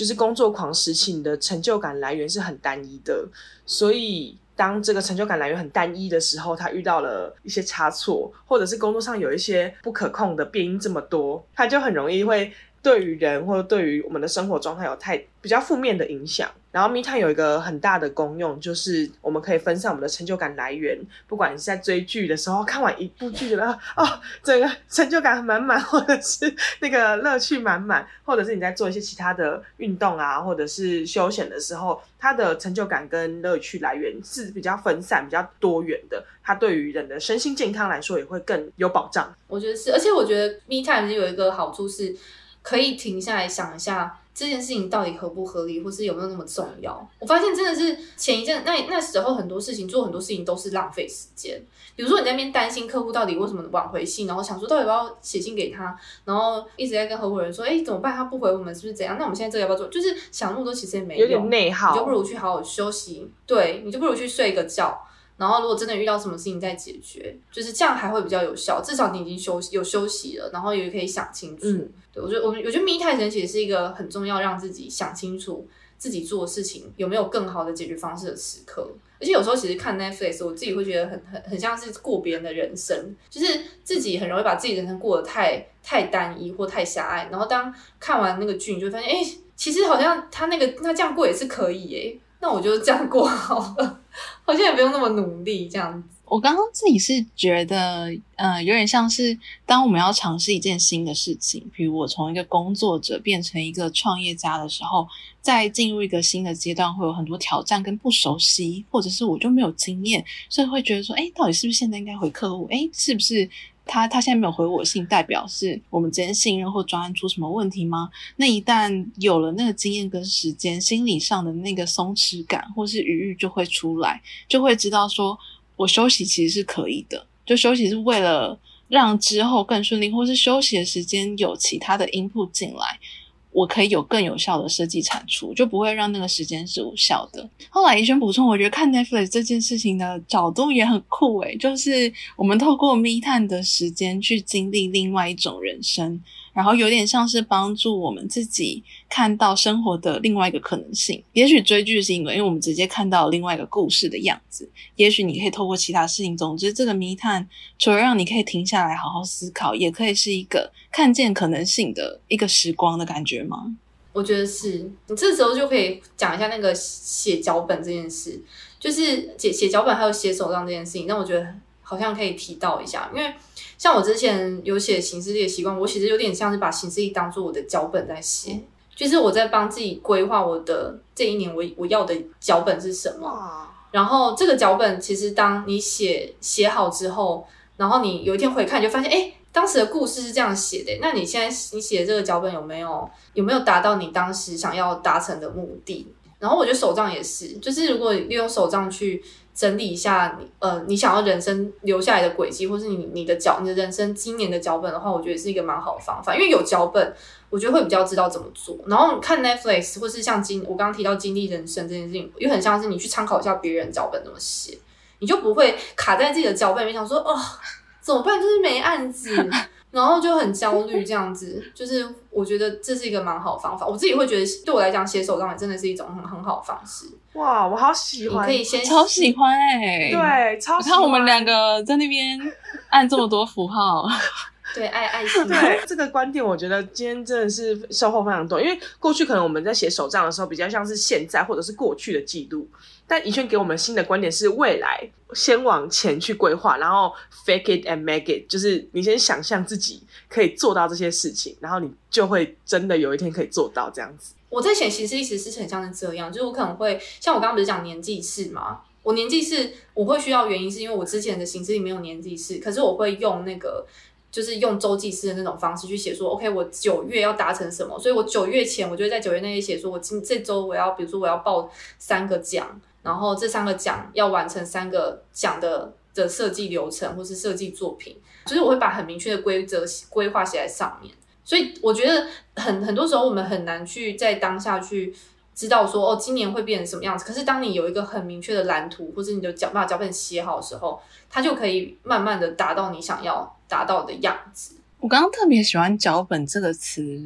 [SPEAKER 3] 就是工作狂时期你的成就感来源是很单一的，所以当这个成就感来源很单一的时候，他遇到了一些差错，或者是工作上有一些不可控的变因这么多，他就很容易会对于人或者对于我们的生活状态有太比较负面的影响。然后 Me Time 有一个很大的功用，就是我们可以分散我们的成就感来源，不管你是在追剧的时候看完一部剧觉得哦整个成就感满满，或者是那个乐趣满满，或者是你在做一些其他的运动啊或者是休闲的时候，它的成就感跟乐趣来源是比较分散比较多元的，它对于人的身心健康来说也会更有保障。
[SPEAKER 1] 我觉得是，而且我觉得 Me Time 有一个好处是可以停下来想一下这件事情到底合不合理，或是有没有那么重要。我发现真的是前一阵那那时候很多事情做很多事情都是浪费时间。比如说你在那边担心客户到底为什么挽回信，然后想说到底要不要写信给他，然后一直在跟合伙人说哎怎么办，他不回我们是不是怎样，那我们现在这个要不要做，就是想那么多其实也没用，
[SPEAKER 3] 有点内耗，
[SPEAKER 1] 你就不如去好好休息，对，你就不如去睡个觉，然后如果真的遇到什么事情再解决，就是这样还会比较有效，至少你已经休有休息了，然后也可以想清楚。嗯，对，我觉得我我觉得 Me Time 其实是一个很重要让自己想清楚自己做的事情有没有更好的解决方式的时刻。而且有时候其实看 Netflix 我自己会觉得很很很像是过别人的人生，就是自己很容易把自己人生过得太太单一或太狭隘，然后当看完那个剧你就会发现哎，其实好像他那个他这样过也是可以耶，那我就这样过好了，好像也不用那么努力这样子。
[SPEAKER 2] 我刚刚自己是觉得呃，有点像是当我们要尝试一件新的事情，比如我从一个工作者变成一个创业家的时候，在进入一个新的阶段会有很多挑战跟不熟悉，或者是我就没有经验，所以会觉得说诶到底是不是现在应该回客户，诶是不是他他现在没有回我信代表是我们之间信任或专案出什么问题吗？那一旦有了那个经验跟时间，心理上的那个松弛感或是余裕就会出来，就会知道说我休息其实是可以的，就休息是为了让之后更顺利，或是休息的时间有其他的 input 进来，我可以有更有效的设计产出，就不会让那个时间是无效的。后来怡萱补充，我觉得看 Netflix 这件事情的角度也很酷诶，就是我们透过 Me Time 的时间去经历另外一种人生，然后有点像是帮助我们自己看到生活的另外一个可能性。也许追剧是因为因为我们直接看到另外一个故事的样子，也许你可以透过其他事情，总之这个 Me Time 除了让你可以停下来好好思考，也可以是一个看见可能性的一个时光的感觉吗？
[SPEAKER 1] 我觉得是，你这时候就可以讲一下那个写脚本这件事，就是写写脚本还有写手账这件事情，让我觉得好像可以提到一下。因为像我之前有写行事历的习惯，我其实有点像是把行事历当作我的脚本在写，就是我在帮自己规划我的这一年我我要的脚本是什么。然后这个脚本其实当你写写好之后，然后你有一天回看，你就发现诶当时的故事是这样写的，那你现在你写的这个脚本有没有有没有达到你当时想要达成的目的？然后我觉得手账也是，就是如果利用手账去整理一下你呃你想要人生留下来的轨迹，或是你你的脚你的人生今年的脚本的话，我觉得是一个蛮好的方法，因为有脚本，我觉得会比较知道怎么做。然后看 Netflix 或是像经我刚刚提到经历人生这件事情，又很像是你去参考一下别人脚本怎么写，你就不会卡在自己的脚本里面想说哦怎么办，就是没案子，然后就很焦虑这样子。就是我觉得这是一个蛮好的方法，我自己会觉得对我来讲写手账也真的是一种很很好的方式。
[SPEAKER 3] 哇，我好喜欢，
[SPEAKER 1] 你可以先
[SPEAKER 2] 超喜欢哎、欸，
[SPEAKER 3] 对，超喜欢。
[SPEAKER 2] 你看我们两个在那边按这么多符号。
[SPEAKER 1] 对，爱爱心。
[SPEAKER 3] 对这个观点，我觉得今天真的是收获非常多。因为过去可能我们在写手账的时候，比较像是现在或者是过去的记录，但怡萱给我们新的观点是未来，先往前去规划，然后 fake it and make it， 就是你先想象自己可以做到这些事情，然后你就会真的有一天可以做到这样子。
[SPEAKER 1] 我在写行事历其实是很像是这样，就是我可能会像我刚刚不是讲年纪式嘛，我年纪式我会需要原因是因为我之前的行事历没有年纪式，可是我会用那个就是用周记式的那种方式去写说 OK 我九月要达成什么，所以我九月前我就会在九月那里写说我今这周我要比如说我要报三个奖，然后这三个奖要完成三个奖的的设计流程或是设计作品，就是我会把很明确的规则规划写在上面。所以我觉得很很多时候我们很难去在当下去知道说哦今年会变成什么样子，可是当你有一个很明确的蓝图或者你的脚把脚本写好的时候，它就可以慢慢的达到你想要达到的样子。
[SPEAKER 2] 我刚刚特别喜欢脚本这个词，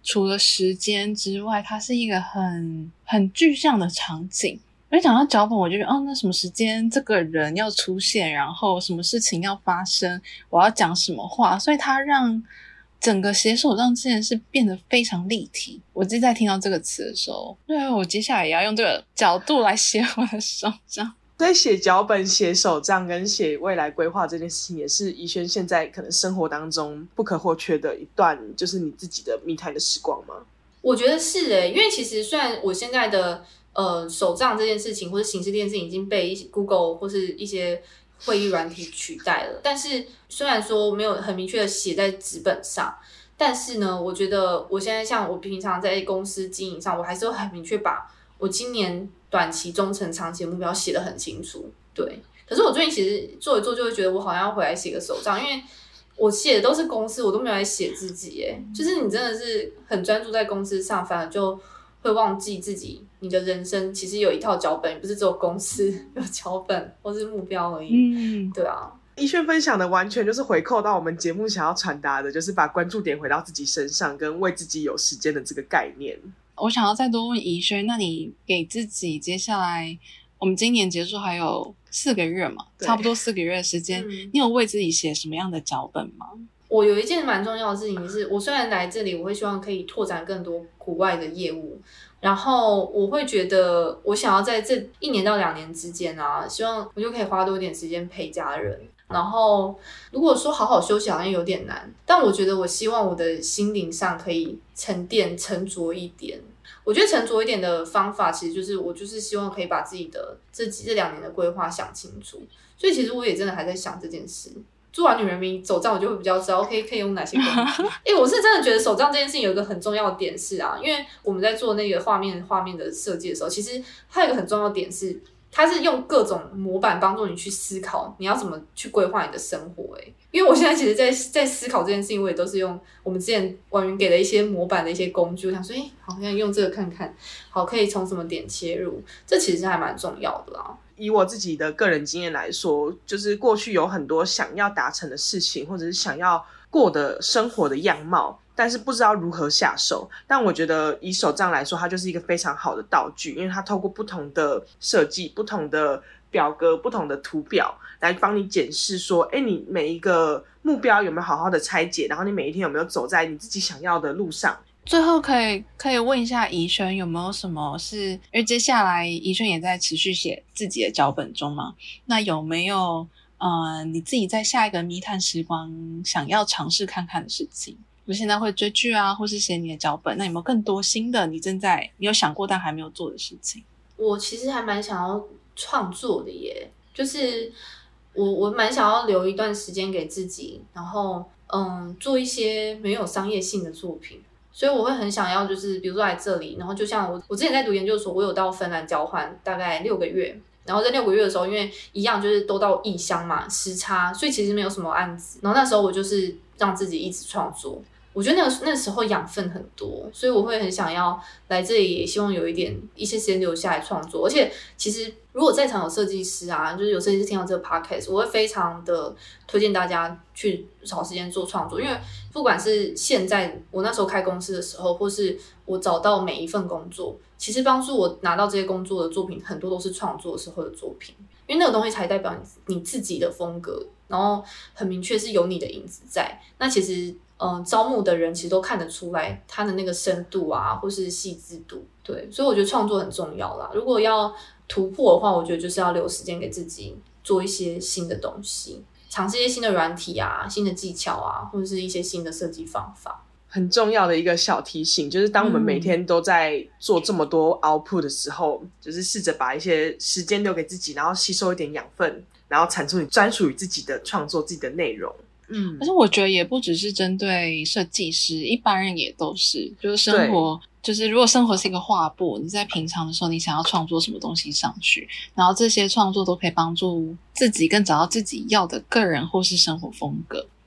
[SPEAKER 2] 除了时间之外，它是一个很很具象的场景。因为讲到脚本，我就觉得哦，那什么时间这个人要出现，然后什么事情要发生，我要讲什么话，所以它让整个写手账这件事变得非常立体。我自己在听到这个词的时候，对啊，我接下来也要用这个角度来写我的手账。
[SPEAKER 3] 所以写脚本、写手账跟写未来规划这件事情，也是宜萱现在可能生活当中不可或缺的一段，就是你自己的密探的时光吗？
[SPEAKER 1] 我觉得是诶、欸，因为其实虽然我现在的呃手账这件事情或者形式这件事情已经被一些 Google 或是一些会议软体取代了，但是虽然说没有很明确的写在纸本上，但是呢，我觉得我现在像我平常在公司经营上，我还是会很明确把我今年短期、中程、长期的目标写得很清楚。对，可是我最近其实做一做就会觉得我好像要回来写个手账，因为我写的都是公司，我都没有来写自己耶。就是你真的是很专注在公司上，反而就会忘记自己，你的人生其实有一套脚本，不是只有公司有脚本或是目标而已。嗯，对啊。
[SPEAKER 3] 宜萱分享的完全就是回扣到我们节目想要传达的，就是把关注点回到自己身上，跟为自己有时间的这个概念。
[SPEAKER 2] 我想要再多问宜萱，那你给自己接下来，我们今年结束还有四个月嘛，差不多四个月的时间、嗯、你有为自己写什么样的脚本吗？
[SPEAKER 1] 我有一件蛮重要的事情是，我虽然来这里，我会希望可以拓展更多国外的业务，然后我会觉得我想要在这一年到两年之间啊，希望我就可以花多一点时间陪家人。然后如果说好好休息好像有点难，但我觉得我希望我的心灵上可以沉淀沉着一点。我觉得沉着一点的方法其实就是我就是希望可以把自己的这几这两年的规划想清楚，所以其实我也真的还在想这件事。做完女人迷手账我就会比较知道 OK 可以用哪些工具。欸，我是真的觉得手账这件事情有一个很重要的点是啊，因为我们在做那个画面画面的设计的时候，其实它有一个很重要的点是它是用各种模板帮助你去思考你要怎么去规划你的生活。欸，因为我现在其实在在思考这件事情，我也都是用我们之前婉云给的一些模板的一些工具，我想说诶好像用这个看看，好可以从什么点切入，这其实还蛮重要的啦。
[SPEAKER 3] 以我自己的个人经验来说，就是过去有很多想要达成的事情，或者是想要过的生活的样貌，但是不知道如何下手。但我觉得以手账来说，它就是一个非常好的道具，因为它透过不同的设计、不同的表格、不同的图表来帮你检视说，哎，你每一个目标有没有好好的拆解，然后你每一天有没有走在你自己想要的路上。
[SPEAKER 2] 最后可以可以问一下宜萱有没有什么是，因为接下来宜萱也在持续写自己的脚本中嘛，那有没有呃你自己在下一个密探时光想要尝试看看的事情？我现在会追剧啊，或是写你的脚本，那有没有更多新的你正在你有想过但还没有做的事情？
[SPEAKER 1] 我其实还蛮想要创作的耶，就是我我蛮想要留一段时间给自己，然后嗯做一些没有商业性的作品。所以我会很想要就是比如说来这里，然后就像我我之前在读研究所，我有到芬兰交换大概六个月，然后在六个月的时候因为一样就是都到异乡嘛，时差，所以其实没有什么案子，然后那时候我就是让自己一直创作，我觉得那个那时候养分很多，所以我会很想要来这里，也希望有一点一些时间留下来创作。而且其实如果在场有设计师啊，就是有设计师听到这个 podcast， 我会非常的推荐大家去找时间做创作，因为不管是现在我那时候开公司的时候，或是我找到每一份工作，其实帮助我拿到这些工作的作品很多都是创作的时候的作品，因为那个东西才代表你你自己的风格，然后很明确是有你的影子在。那其实嗯，招募的人其实都看得出来他的那个深度啊，或是细致度。对，所以我觉得创作很重要啦。如果要突破的话，我觉得就是要留时间给自己做一些新的东西，尝试一些新的软体啊、新的技巧啊，或者是一些新的设计方法。
[SPEAKER 3] 很重要的一个小提醒，就是当我们每天都在做这么多 output 的时候，嗯、就是试着把一些时间留给自己，然后吸收一点养分，然后产出你专属于自己的创作、自己的内容。嗯，
[SPEAKER 2] 但是我觉得也不只是针对设计师，一般人也都是，就是生活，就是如果生活是一个画布，你在平常的时候你想要创作什么东西上去，然后这些创作都可以帮助自己更找到自己要的个人或是生活风格。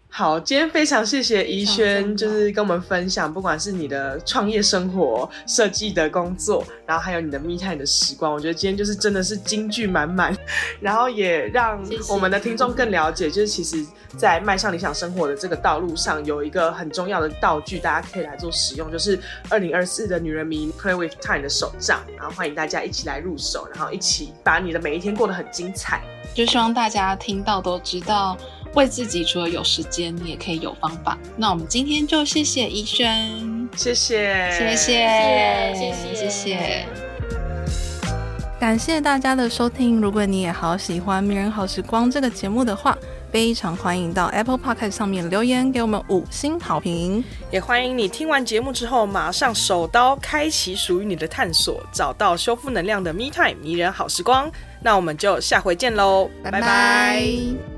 [SPEAKER 3] 好，今天非常谢谢怡萱，就是跟我们分享，不管是你的创业生活、设计的工作，然后还有你的 me time 的时光，我觉得今天就是真的是金句满满，然后也让我们的听众更了解，就是其实在迈向理想生活的这个道路上，有一个很重要的道具，大家可以来做使用，就是二零二四的女人迷 Play with Time 的手账，然后欢迎大家一起来入手，然后一起把你的每一天过得很精彩。
[SPEAKER 2] 就希望大家听到都知道，为自己除了有时间，你也可以有方法。那我们今天就谢谢怡萱，
[SPEAKER 3] 谢谢，
[SPEAKER 2] 谢谢，
[SPEAKER 1] 谢谢，
[SPEAKER 2] 谢谢。
[SPEAKER 4] 感谢大家的收听。如果你也好喜欢《迷人好时光》这个节目的话，非常欢迎到 Apple Podcast 上面留言给我们五星好评，
[SPEAKER 3] 也欢迎你听完节目之后马上手刀开启属于你的探索，找到修复能量的 Me Time 迷人好时光。那我们就下回见喽，拜拜。